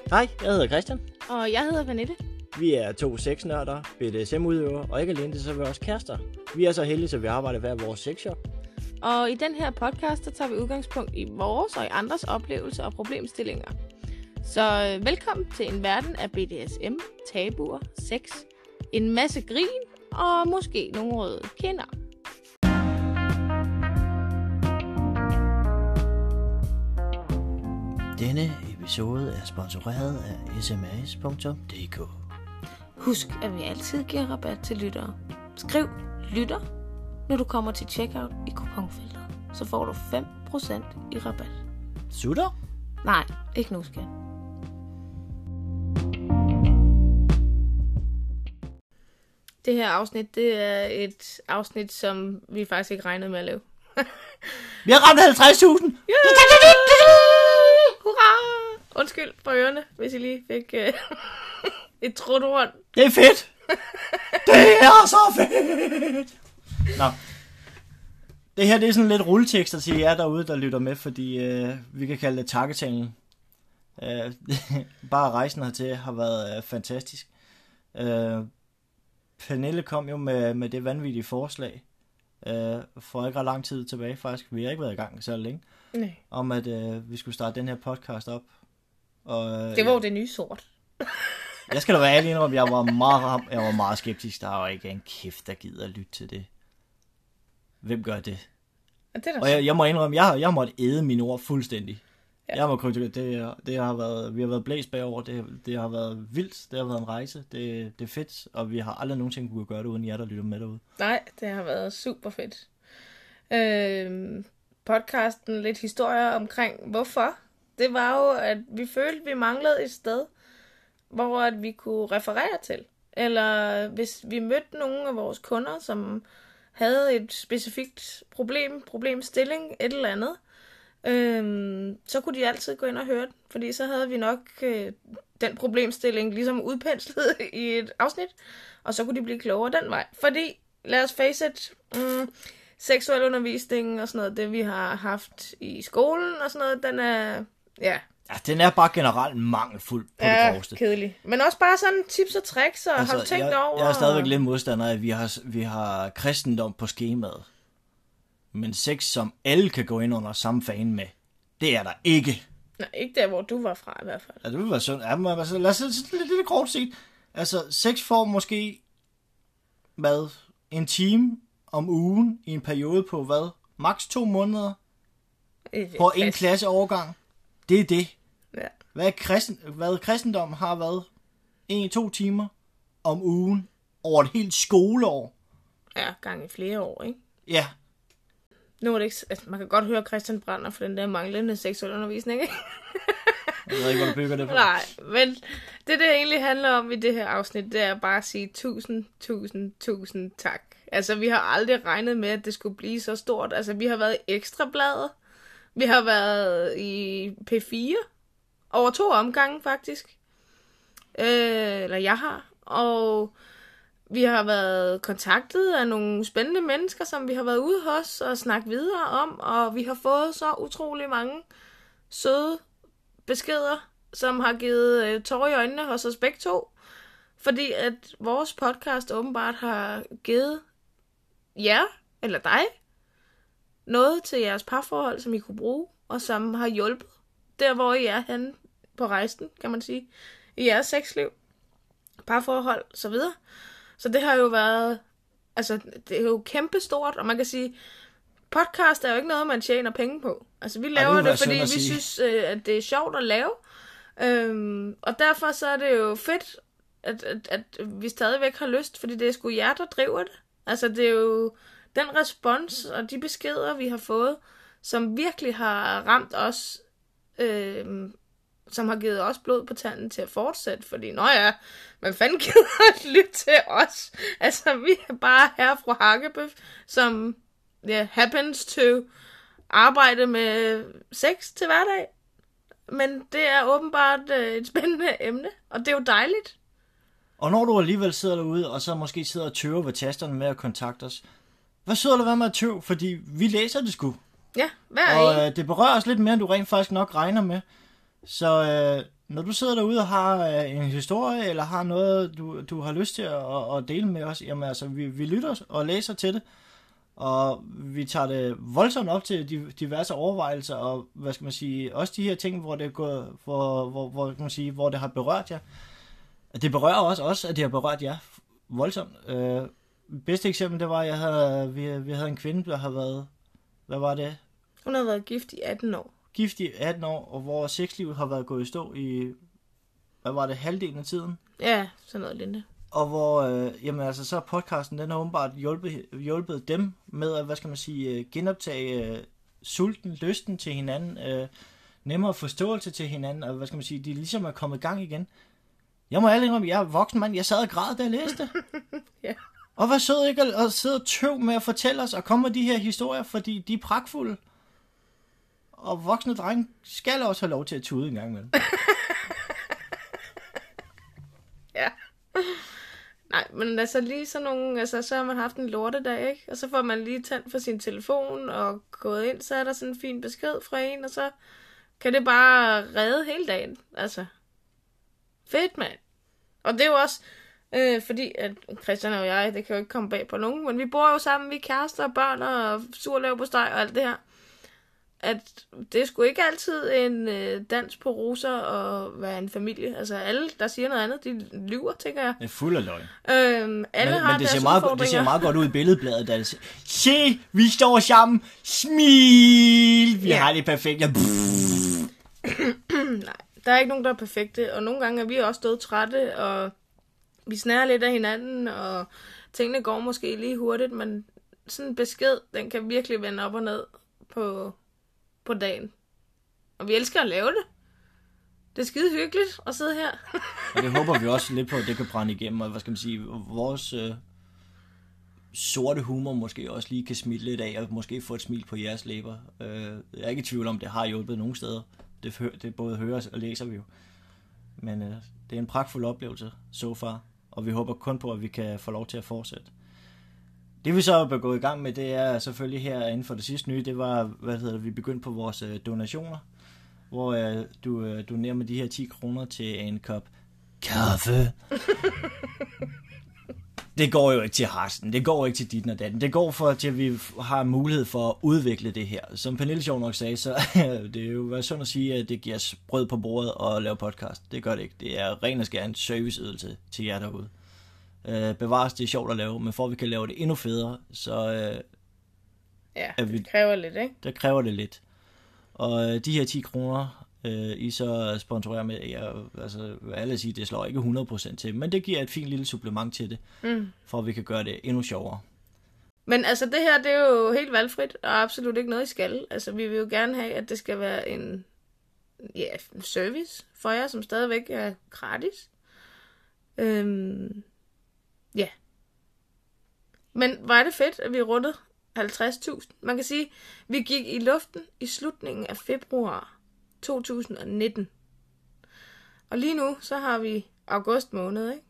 Hej, jeg hedder Christian. Og jeg hedder Vanette. Vi er to sexnørder, BDSM-udøvere, og ikke alene det, så er vi også kærester. Vi er så heldige, at vi arbejder hver vores sexshop. Og i den her podcast, der tager vi udgangspunkt i vores og i andres oplevelser og problemstillinger. Så velkommen til en verden af BDSM, tabuer, sex, en masse grin og måske nogle røde kinder. Denne episode er sponsoreret af sms.dk. Husk, at vi altid giver rabat til lyttere. Skriv lytter, når du kommer til checkout i kuponfeltet. Så får du 5% i rabat. Sutter? Nej, ikke nu, skat. Det her afsnit, det er et afsnit, som vi faktisk ikke regnede med at lave. Vi har ramt 50.000! Hurra! Undskyld for ørerne, hvis I lige fik et truthorn. Det er fedt! Det er så fedt! Nå. Det her det er sådan lidt rulletekster til jer derude, der lytter med, fordi vi kan kalde det takketalen. Bare rejsen hertil har været fantastisk. Pernille kom jo med det vanvittige forslag for ikke ret lang tid tilbage faktisk. Vi har ikke været i gang så længe. Nej. Om at vi skulle starte den her podcast op. Og, det var jo det nye sort. Jeg skal da være ærlig indrømme, jeg var meget skeptisk. Der var ikke en kæft, der gider at lytte til det. Hvem gør det? Og jeg må indrømme, jeg måtte æde mine ord fuldstændig. Ja. Jeg må det har været, vi har været blæst bagover. Det har været vildt. Det har været en rejse. Det er fedt, og vi har aldrig nogensinde kunne gøre det uden jer, der lytter med derude. Nej, det har været super fedt. Podcasten lidt historier omkring hvorfor. Det var jo, at vi følte, vi manglede et sted, hvor at vi kunne referere til. Eller hvis vi mødte nogle af vores kunder, som havde et specifikt problemstilling, et eller andet, så kunne de altid gå ind og høre det. Fordi så havde vi nok den problemstilling ligesom udpenslet i et afsnit, og så kunne de blive klogere den vej. Fordi, lad os face it, seksuel undervisning og sådan noget, det vi har haft i skolen og sådan noget, den er, ja, den er bare generelt mangelfuld på det groveste. Kedelig. Men også bare sådan tips og tricks, og har du tænkt over? Jeg er stadigvæk lidt modstander af, at vi har kristendom på skemaet. Men sex, som alle kan gå ind under samme fan med, det er der ikke. Nej, ikke der, hvor du var fra i hvert fald. Ja, det vil være sådan. Ja, men altså, lad os lidt kort se. Altså, sex får måske, en time om ugen i en periode på, maks 2 måneder på en klasseovergang. Det er det. Ja. Hvad kristendom har været 1-2 timer om ugen over et helt skoleår. Ja, gang i flere år, ikke? Ja. Nu er det ikke, altså, man kan godt høre Christian brænder for den der manglende seksuel undervisning, ikke? Jeg ved ikke, hvor du bygger det på. Nej, men det egentlig handler om i det her afsnit, det er bare at sige tusind tak. Altså, vi har aldrig regnet med, at det skulle blive så stort. Altså, vi har været i Ekstrabladet. Vi har været i P4. Over 2 omgange, faktisk. Eller jeg har. Og vi har været kontaktet af nogle spændende mennesker, som vi har været ude hos og snakket videre om. Og vi har fået så utrolig mange søde beskeder, som har givet tårer i øjnene hos os begge to. Fordi at vores podcast åbenbart har givet jer, eller dig, noget til jeres parforhold, som I kunne bruge, og som har hjulpet der, hvor I er henne på rejsen, kan man sige, i jeres sexliv, parforhold, så videre. Så det har jo været, altså, det er jo kæmpestort, og man kan sige, podcast er jo ikke noget, man tjener penge på. Altså, vi laver det, fordi vi synes, at det er sjovt at lave, og derfor så er det jo fedt, at vi stadigvæk har lyst, fordi det er sgu jer, der driver det. Altså, det er jo den respons og de beskeder, vi har fået, som virkelig har ramt os, som har givet os blod på tanden til at fortsætte. Fordi, man fanden gider at lytte til os. Altså, vi er bare herre fra Hakkebøf, som happens to arbejde med sex til hverdag. Men det er åbenbart et spændende emne, og det er jo dejligt. Og når du alligevel sidder derude, og så måske sidder og tøver ved tasterne med at kontakte os, hvad sidder du med at tøve? Fordi vi læser det sgu. Ja, hvad er og det berører os lidt mere, end du rent faktisk nok regner med. Så når du sidder derude og har en historie, eller har noget, du har lyst til at dele med os, jamen altså, vi lytter og læser til det, og vi tager det voldsomt op til diverse overvejelser, og hvad skal man sige, også de her ting, hvor det går, hvor kan man sige, hvor det har berørt jer. Det berører også, at det har berørt jer voldsomt. Bedste eksempel, det var, at vi havde en kvinde, der har været, hvad var det? Hun har været gift i 18 år. Gift i 18 år, og hvor sexlivet har været gået i stå i, hvad var det, halvdelen af tiden? Ja, sådan noget lignende. Og hvor, jamen altså, så podcasten, den har åbenbart hjulpet dem med at, hvad skal man sige, genoptage sulten, lysten til hinanden, nemmere forståelse til hinanden, og hvad skal man sige, de ligesom er kommet i gang igen. Jeg må ærligt indrømme, jeg er voksen mand, jeg sad og græd, da jeg læste. Ja. Og hvad sød ikke at sidde og tøv med at fortælle os, og komme med de her historier, fordi de er pragtfulde. Og voksne drenge skal også have lov til at tude en gang imellem. Ja. Nej, men altså lige sådan nogle, altså så har man haft en lortedag, ikke? Og så får man lige tændt for sin telefon og gået ind, så er der sådan en fin besked fra en, og så kan det bare redde hele dagen. Altså, fedt, mand. Og det er jo også, fordi at Christian og jeg, det kan jo ikke komme bag på nogen, men vi bor jo sammen, vi er kærester og børn og surlav på steg og alt det her. At det er sgu ikke altid en dans på roser og være en familie. Altså alle, der siger noget andet, de lyver, tænker jeg. Det er fuld af løgn. Alle har det deres det ser meget godt ud i billedbladet. Altså. Se, vi står sammen. Smil. Vi har det perfekt. Nej, der er ikke nogen, der er perfekte. Og nogle gange er vi også stået trætte, og vi snærer lidt af hinanden, og tingene går måske lige hurtigt, men sådan en besked, den kan virkelig vende op og ned på dagen. Og vi elsker at lave det. Det er skide hyggeligt at sidde her. Og det håber vi også lidt på, at det kan brænde igennem. Og hvad skal man sige, vores sorte humor måske også lige kan smile lidt af, og måske få et smil på jeres læber. Jeg er ikke i tvivl om, det har hjulpet nogle steder. Det både hører og læser vi jo. Men det er en pragtfuld oplevelse so far. Og vi håber kun på, at vi kan få lov til at fortsætte. Det vi så er gået i gang med, det er selvfølgelig her inden for det sidste nye, det var, vi begyndte på vores donationer, hvor du donerer med de her 10 kroner til en kop kaffe. Det går jo ikke til resten, det går ikke til dit og datten, det går til, at vi har mulighed for at udvikle det her. Som Pernille sjov nok sagde, så det er jo sådan at sige, at det giver os brød på bordet og lave podcast. Det gør det ikke, det er ren og skær en serviceydelse til jer derude. Bevares, det er sjovt at lave, men for at vi kan lave det endnu federe, så det kræver lidt, ikke? Det kræver det lidt. Og de her 10 kroner, I så sponsorerer med, altså alle siger, det slår ikke 100% til, men det giver et fint lille supplement til det, for at vi kan gøre det endnu sjovere. Men altså det her, det er jo helt valgfrit, og absolut ikke noget, I skal. Altså vi vil jo gerne have, at det skal være en service for jer, som stadigvæk er gratis. Ja. Men var det fedt, at vi rundede 50.000? Man kan sige, vi gik i luften i slutningen af februar 2019. Og lige nu, så har vi august måned, ikke?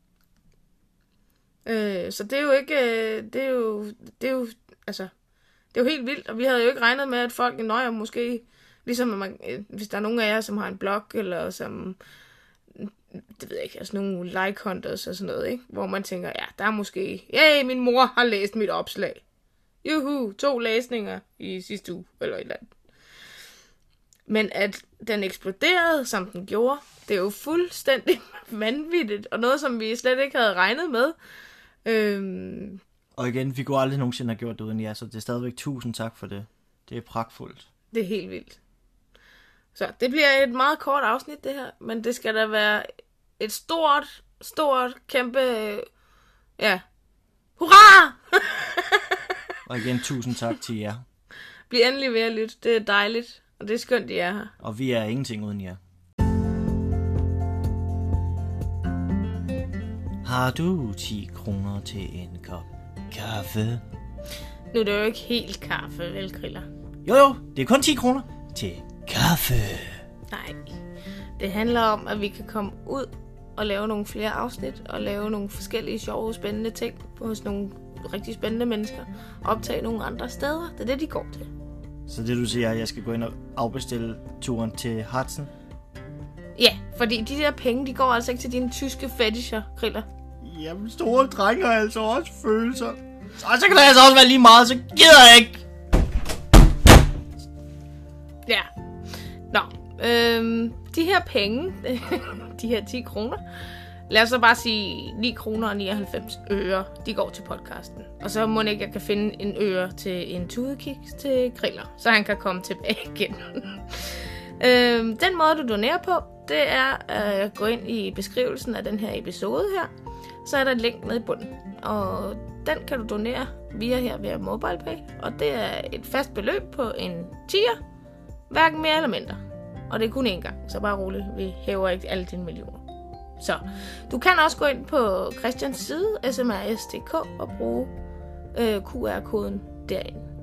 Så det er jo ikke, det er jo helt vildt, og vi havde jo ikke regnet med, at folk nøjer måske, ligesom hvis der er nogen af jer, som har en blog, eller som, det ved jeg ikke, altså nogle like hunters og sådan noget, ikke? Hvor man tænker, ja, der er måske, min mor har læst mit opslag. Juhu, 2 læsninger i sidste uge, eller et eller andet. Men at den eksploderede, som den gjorde, det er jo fuldstændig vanvittigt, og noget, som vi slet ikke havde regnet med. Og igen, vi kunne aldrig nogensinde have gjort det uden jer, så det er stadigvæk 1000 tak for det. Det er pragtfuldt. Det er helt vildt. Så det bliver et meget kort afsnit, det her, men det skal da være et stort, kæmpe, hurra! Og igen, 1000 tak til jer. Bliv endelig ved at lytte, det er dejligt, og det er skønt, I er her. Og vi er ingenting uden jer. Har du 10 kroner til en kop kaffe? Nu er det jo ikke helt kaffe, vel, Kriller? Jo, det er kun 10 kroner til kaffe. Nej, det handler om, at vi kan komme ud og lave nogle flere afsnit, og lave nogle forskellige sjove, spændende ting hos nogle rigtig spændende mennesker, og optage nogle andre steder. Det er det, de går til. Så det, du siger, at jeg skal gå ind og afbestille turen til Hudson? Ja, fordi de der penge, de går altså ikke til dine tyske fetisher, Kriller. Jamen, store drenge har altså også følelser. Så kan det altså også være lige meget, så gider jeg ikke. Ja. Nå, de her penge, de her 10 kroner, lad os så bare sige 9 kroner og 99 øre, de går til podcasten. Og så må jeg kan finde en øre til en tudekiks til Kriller, så han kan komme tilbage igen. Den måde, du donerer på, det er at gå ind i beskrivelsen af den her episode her. Så er der et link nede i bunden, og den kan du donere via MobilePay. Og det er et fast beløb på en 10'er, hverken mere eller mindre. Og det er kun én gang, så bare roligt, vi hæver ikke alle dine millioner. Så du kan også gå ind på Christians side, smrs.dk, og bruge QR-koden derinde.